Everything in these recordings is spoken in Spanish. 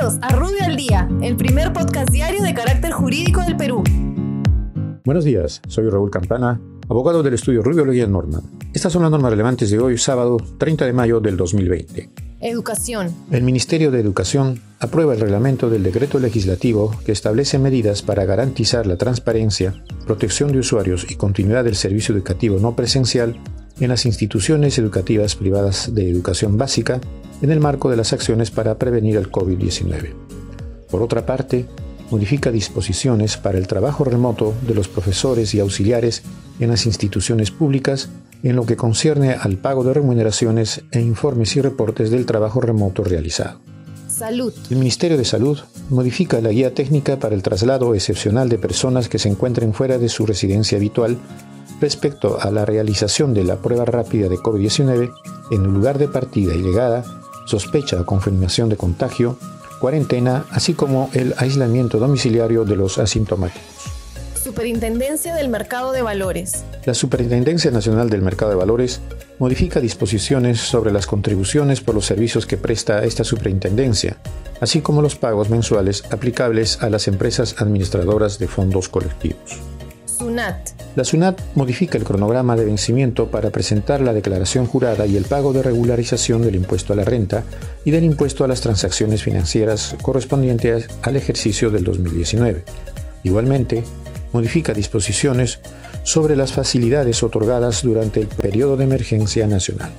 Bienvenidos a Rubio al Día, el primer podcast diario de carácter jurídico del Perú. Buenos días, soy Raúl Campana, abogado del estudio Rubio Leguía Norman. Estas son las normas relevantes de hoy, sábado 30 de mayo del 2020. Educación. El Ministerio de Educación aprueba el reglamento del decreto legislativo que establece medidas para garantizar la transparencia, protección de usuarios y continuidad del servicio educativo no presencial en las instituciones educativas privadas de educación básica en el marco de las acciones para prevenir el COVID-19. Por otra parte, modifica disposiciones para el trabajo remoto de los profesores y auxiliares en las instituciones públicas en lo que concierne al pago de remuneraciones e informes y reportes del trabajo remoto realizado. Salud. El Ministerio de Salud modifica la guía técnica para el traslado excepcional de personas que se encuentren fuera de su residencia habitual respecto a la realización de la prueba rápida de COVID-19 en el lugar de partida y llegada, sospecha o confirmación de contagio, cuarentena, así como el aislamiento domiciliario de los asintomáticos. Superintendencia del Mercado de Valores. La Superintendencia Nacional del Mercado de Valores modifica disposiciones sobre las contribuciones por los servicios que presta esta superintendencia, así como los pagos mensuales aplicables a las empresas administradoras de fondos colectivos. SUNAT. La SUNAT modifica el cronograma de vencimiento para presentar la declaración jurada y el pago de regularización del impuesto a la renta y del impuesto a las transacciones financieras correspondientes al ejercicio del 2019. Igualmente, modifica disposiciones sobre las facilidades otorgadas durante el periodo de emergencia nacional.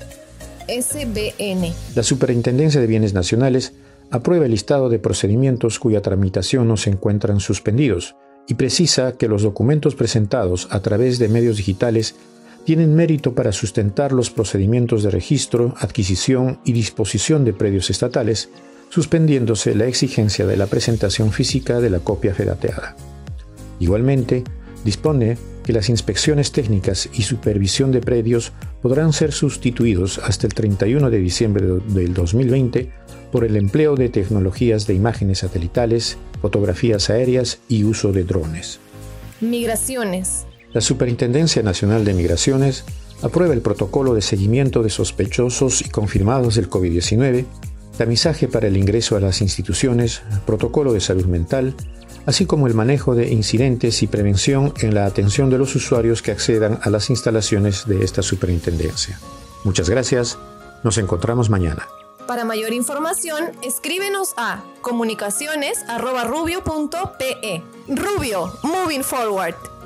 SBN. La Superintendencia de Bienes Nacionales aprueba el listado de procedimientos cuya tramitación no se encuentran suspendidos y precisa que los documentos presentados a través de medios digitales tienen mérito para sustentar los procedimientos de registro, adquisición y disposición de predios estatales, suspendiéndose la exigencia de la presentación física de la copia federateada. Igualmente, dispone que las inspecciones técnicas y supervisión de predios podrán ser sustituidos hasta el 31 de diciembre del 2020 por el empleo de tecnologías de imágenes satelitales, fotografías aéreas y uso de drones. Migraciones. La Superintendencia Nacional de Migraciones aprueba el protocolo de seguimiento de sospechosos y confirmados del COVID-19, tamizaje para el ingreso a las instituciones, protocolo de salud mental, así como el manejo de incidentes y prevención en la atención de los usuarios que accedan a las instalaciones de esta superintendencia. Muchas gracias, nos encontramos mañana. Para mayor información, escríbenos a comunicaciones@rubio.pe. Rubio, moving forward.